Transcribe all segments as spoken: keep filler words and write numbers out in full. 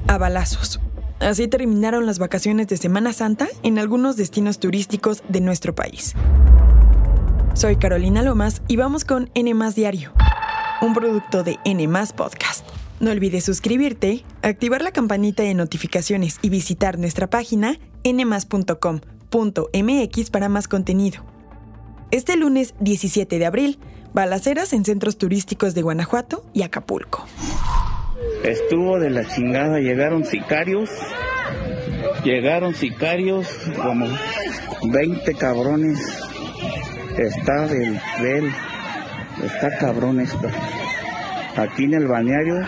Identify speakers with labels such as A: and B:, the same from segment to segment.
A: a balazos. Así terminaron las vacaciones de Semana Santa en algunos destinos turísticos de nuestro país. Soy Carolina Lomas y vamos con N más Diario, un producto de N más Podcast. No olvides suscribirte, activar la campanita de notificaciones y visitar nuestra página ene más punto com punto eme equis para más contenido. Este lunes diecisiete de abril, balaceras en centros turísticos de Guanajuato y Acapulco.
B: Estuvo de la chingada, llegaron sicarios, llegaron sicarios, como veinte cabrones, está del, del, está cabrón esto. Aquí en el balneario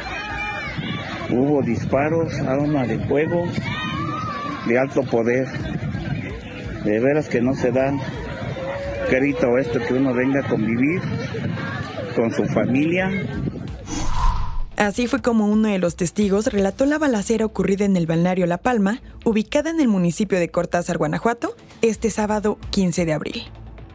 B: hubo disparos, arma de fuego, de alto poder, de veras que no se da crédito esto, que uno venga a convivir con su familia.
A: Así fue como uno de los testigos relató la balacera ocurrida en el balneario La Palma, ubicada en el municipio de Cortázar, Guanajuato, este sábado quince de abril.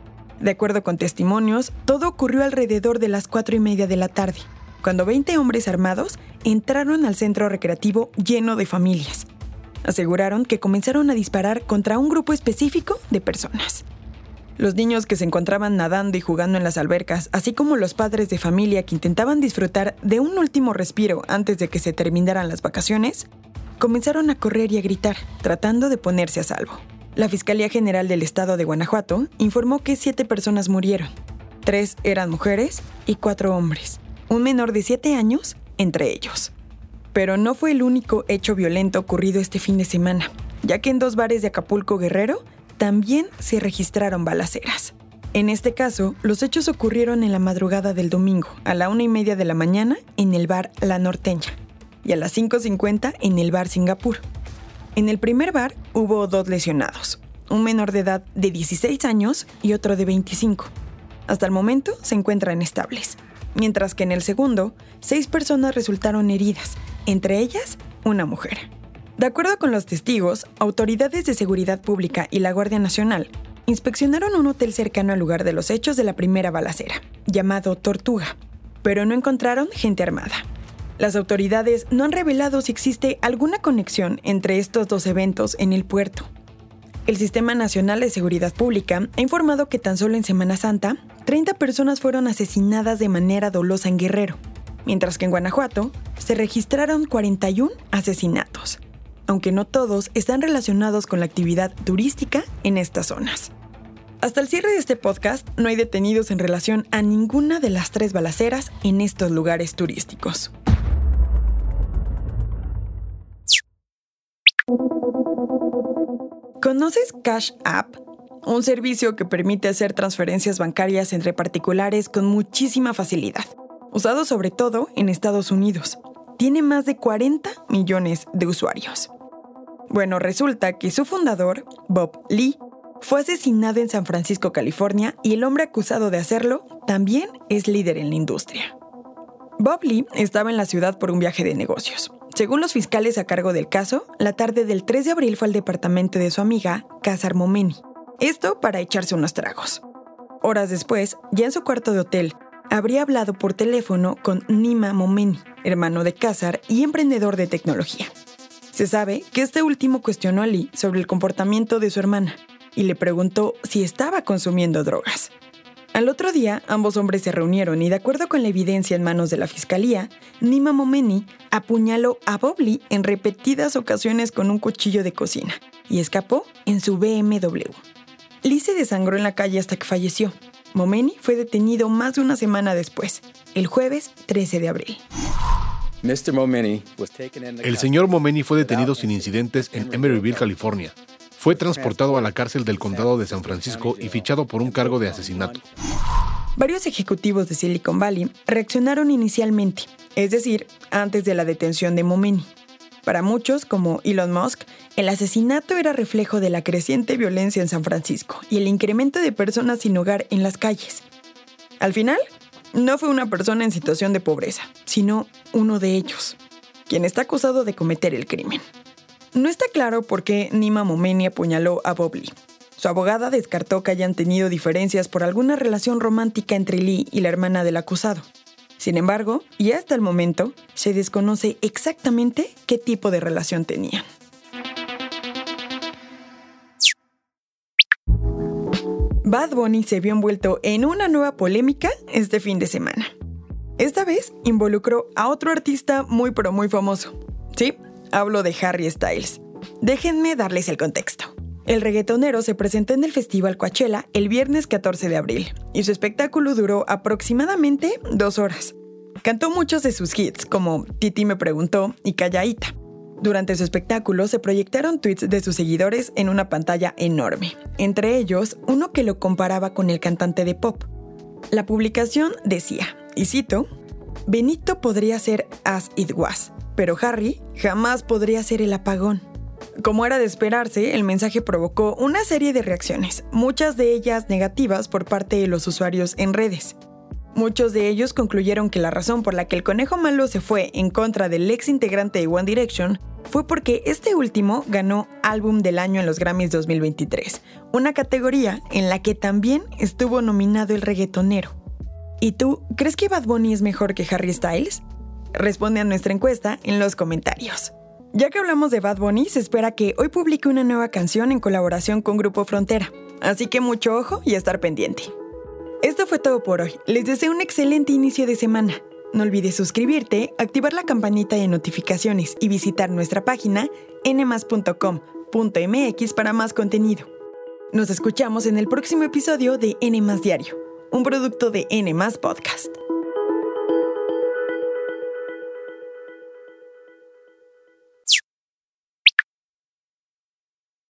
A: De acuerdo con testimonios, todo ocurrió alrededor de las cuatro y media de la tarde, cuando veinte hombres armados entraron al centro recreativo lleno de familias. Aseguraron que comenzaron a disparar contra un grupo específico de personas. Los niños que se encontraban nadando y jugando en las albercas, así como los padres de familia que intentaban disfrutar de un último respiro antes de que se terminaran las vacaciones, comenzaron a correr y a gritar, tratando de ponerse a salvo. La Fiscalía General del Estado de Guanajuato informó que siete personas murieron. Tres eran mujeres y cuatro hombres, un menor de siete años entre ellos. Pero no fue el único hecho violento ocurrido este fin de semana, ya que en dos bares de Acapulco, Guerrero, también se registraron balaceras. En este caso, los hechos ocurrieron en la madrugada del domingo, a la una y media de la mañana, en el bar La Norteña, y a las cinco cincuenta en el bar Singapur. En el primer bar hubo dos lesionados, un menor de edad de dieciséis años y otro de veinticinco. Hasta el momento se encuentran estables, mientras que en el segundo, seis personas resultaron heridas, entre ellas una mujer. De acuerdo con los testigos, autoridades de seguridad pública y la Guardia Nacional inspeccionaron un hotel cercano al lugar de los hechos de la primera balacera, llamado Tortuga, pero no encontraron gente armada. Las autoridades no han revelado si existe alguna conexión entre estos dos eventos en el puerto. El Sistema Nacional de Seguridad Pública ha informado que tan solo en Semana Santa, treinta personas fueron asesinadas de manera dolosa en Guerrero, mientras que en Guanajuato se registraron cuarenta y uno asesinatos, aunque no todos están relacionados con la actividad turística en estas zonas. Hasta el cierre de este podcast, no hay detenidos en relación a ninguna de las tres balaceras en estos lugares turísticos. ¿Conoces Cash App? Un servicio que permite hacer transferencias bancarias entre particulares con muchísima facilidad, usado sobre todo en Estados Unidos. Tiene más de cuarenta millones de usuarios. Bueno, resulta que su fundador, Bob Lee, fue asesinado en San Francisco, California, y el hombre acusado de hacerlo también es líder en la industria. Bob Lee estaba en la ciudad por un viaje de negocios. Según los fiscales a cargo del caso, la tarde del tres de abril fue al departamento de su amiga, Qasar Momeni. Esto para echarse unos tragos. Horas después, ya en su cuarto de hotel, habría hablado por teléfono con Nima Momeni, hermano de Qasar y emprendedor de tecnología. Se sabe que este último cuestionó a Lee sobre el comportamiento de su hermana y le preguntó si estaba consumiendo drogas. Al otro día, ambos hombres se reunieron y, de acuerdo con la evidencia en manos de la fiscalía, Nima Momeni apuñaló a Bob Lee en repetidas ocasiones con un cuchillo de cocina y escapó en su be eme doble u. Lee se desangró en la calle hasta que falleció. Momeni fue detenido más de una semana después, el jueves trece de abril.
C: El señor Momeni fue detenido sin incidentes en Emeryville, California. Fue transportado a la cárcel del condado de San Francisco y fichado por un cargo de asesinato.
A: Varios ejecutivos de Silicon Valley reaccionaron inicialmente, es decir, antes de la detención de Momeni. Para muchos, como Elon Musk, el asesinato era reflejo de la creciente violencia en San Francisco y el incremento de personas sin hogar en las calles. Al final, no fue una persona en situación de pobreza, sino uno de ellos, quien está acusado de cometer el crimen. No está claro por qué Nima Momeni apuñaló a Bob Lee. Su abogada descartó que hayan tenido diferencias por alguna relación romántica entre Lee y la hermana del acusado. Sin embargo, y hasta el momento, se desconoce exactamente qué tipo de relación tenían. Bad Bunny se vio envuelto en una nueva polémica este fin de semana. Esta vez involucró a otro artista muy pero muy famoso. Sí, hablo de Harry Styles. Déjenme darles el contexto. El reggaetonero se presentó en el Festival Coachella el viernes catorce de abril y su espectáculo duró aproximadamente dos horas. Cantó muchos de sus hits como Titi me preguntó y Calladita. Durante su espectáculo se proyectaron tweets de sus seguidores en una pantalla enorme, entre ellos uno que lo comparaba con el cantante de pop. La publicación decía, y cito, Benito podría ser As It Was, pero Harry jamás podría ser el apagón. Como era de esperarse, el mensaje provocó una serie de reacciones, muchas de ellas negativas por parte de los usuarios en redes. Muchos de ellos concluyeron que la razón por la que el Conejo Malo se fue en contra del ex integrante de One Direction fue porque este último ganó Álbum del Año en los Grammys dos mil veintitrés, una categoría en la que también estuvo nominado el reggaetonero. ¿Y tú, crees que Bad Bunny es mejor que Harry Styles? Responde a nuestra encuesta en los comentarios. Ya que hablamos de Bad Bunny, se espera que hoy publique una nueva canción en colaboración con Grupo Frontera, así que mucho ojo y a estar pendiente. Esto fue todo por hoy. Les deseo un excelente inicio de semana. No olvides suscribirte, activar la campanita de notificaciones y visitar nuestra página ene más punto com punto eme equis para más contenido. Nos escuchamos en el próximo episodio de N más Diario, un producto de N más Podcast.